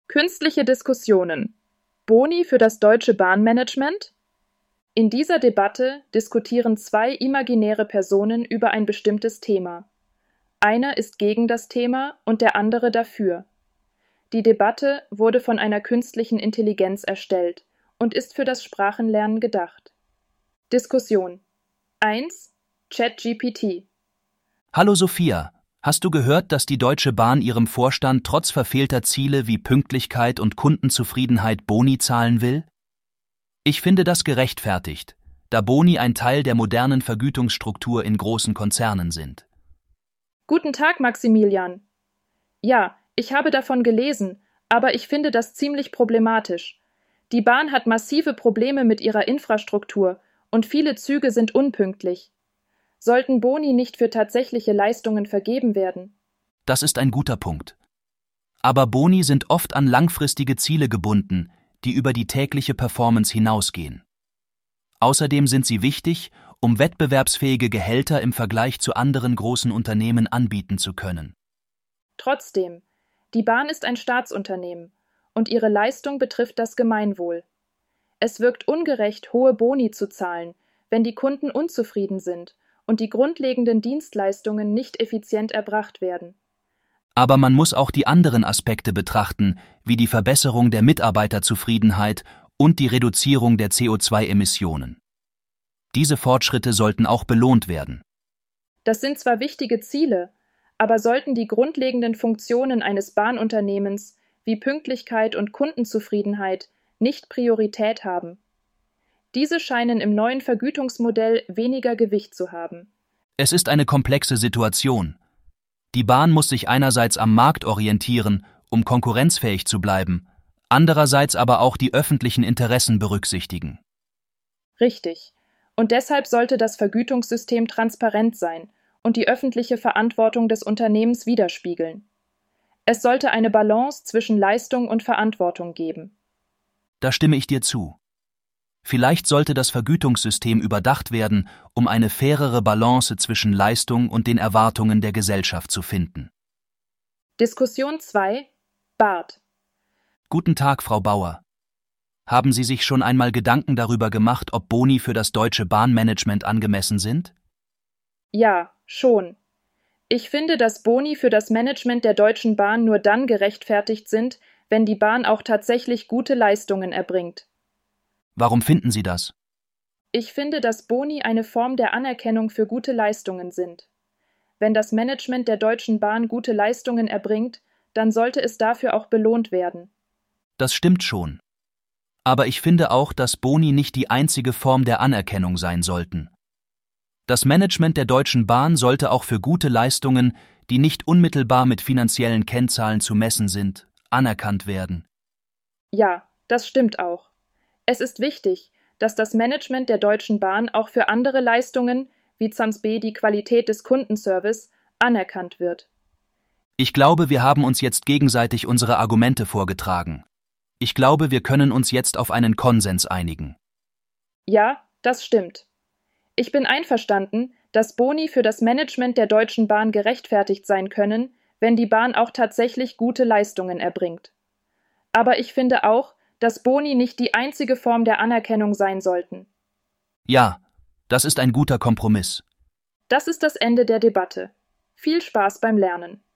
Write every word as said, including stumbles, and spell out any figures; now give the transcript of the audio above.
Künstliche Diskussionen. Boni für das Deutsche Bahnmanagement? In dieser Debatte diskutieren zwei imaginäre Personen über ein bestimmtes Thema. Einer ist gegen das Thema und der andere dafür. Die Debatte wurde von einer künstlichen Intelligenz erstellt und ist für das Sprachenlernen gedacht. Diskussion eins. ChatGPT. Hallo Sophia, hast du gehört, dass die Deutsche Bahn ihrem Vorstand trotz verfehlter Ziele wie Pünktlichkeit und Kundenzufriedenheit Boni zahlen will? Ich finde das gerechtfertigt, da Boni ein Teil der modernen Vergütungsstruktur in großen Konzernen sind. Guten Tag, Maximilian. Ja, ich habe davon gelesen, aber ich finde das ziemlich problematisch. Die Bahn hat massive Probleme mit ihrer Infrastruktur und viele Züge sind unpünktlich. Sollten Boni nicht für tatsächliche Leistungen vergeben werden? Das ist ein guter Punkt. Aber Boni sind oft an langfristige Ziele gebunden, die über die tägliche Performance hinausgehen. Außerdem sind sie wichtig, um wettbewerbsfähige Gehälter im Vergleich zu anderen großen Unternehmen anbieten zu können. Trotzdem, die Bahn ist ein Staatsunternehmen und ihre Leistung betrifft das Gemeinwohl. Es wirkt ungerecht, hohe Boni zu zahlen, wenn die Kunden unzufrieden sind und die grundlegenden Dienstleistungen nicht effizient erbracht werden. Aber man muss auch die anderen Aspekte betrachten, wie die Verbesserung der Mitarbeiterzufriedenheit und die Reduzierung der C O zwei Emissionen. Diese Fortschritte sollten auch belohnt werden. Das sind zwar wichtige Ziele, aber sollten die grundlegenden Funktionen eines Bahnunternehmens wie Pünktlichkeit und Kundenzufriedenheit nicht Priorität haben. Diese scheinen im neuen Vergütungsmodell weniger Gewicht zu haben. Es ist eine komplexe Situation. Die Bahn muss sich einerseits am Markt orientieren, um konkurrenzfähig zu bleiben, andererseits aber auch die öffentlichen Interessen berücksichtigen. Richtig. Und deshalb sollte das Vergütungssystem transparent sein und die öffentliche Verantwortung des Unternehmens widerspiegeln. Es sollte eine Balance zwischen Leistung und Verantwortung geben. Da stimme ich dir zu. Vielleicht sollte das Vergütungssystem überdacht werden, um eine fairere Balance zwischen Leistung und den Erwartungen der Gesellschaft zu finden. Diskussion zwei. Bart. Guten Tag, Frau Bauer. Haben Sie sich schon einmal Gedanken darüber gemacht, ob Boni für das Deutsche Bahnmanagement angemessen sind? Ja, schon. Ich finde, dass Boni für das Management der Deutschen Bahn nur dann gerechtfertigt sind, wenn die Bahn auch tatsächlich gute Leistungen erbringt. Warum finden Sie das? Ich finde, dass Boni eine Form der Anerkennung für gute Leistungen sind. Wenn das Management der Deutschen Bahn gute Leistungen erbringt, dann sollte es dafür auch belohnt werden. Das stimmt schon. Aber ich finde auch, dass Boni nicht die einzige Form der Anerkennung sein sollten. Das Management der Deutschen Bahn sollte auch für gute Leistungen, die nicht unmittelbar mit finanziellen Kennzahlen zu messen sind, anerkannt werden. Ja, das stimmt auch. Es ist wichtig, dass das Management der Deutschen Bahn auch für andere Leistungen, wie zum Beispiel die Qualität des Kundenservice, anerkannt wird. Ich glaube, wir haben uns jetzt gegenseitig unsere Argumente vorgetragen. Ich glaube, wir können uns jetzt auf einen Konsens einigen. Ja, das stimmt. Ich bin einverstanden, dass Boni für das Management der Deutschen Bahn gerechtfertigt sein können, wenn die Bahn auch tatsächlich gute Leistungen erbringt. Aber ich finde auch, dass Boni nicht die einzige Form der Anerkennung sein sollten. Ja, das ist ein guter Kompromiss. Das ist das Ende der Debatte. Viel Spaß beim Lernen.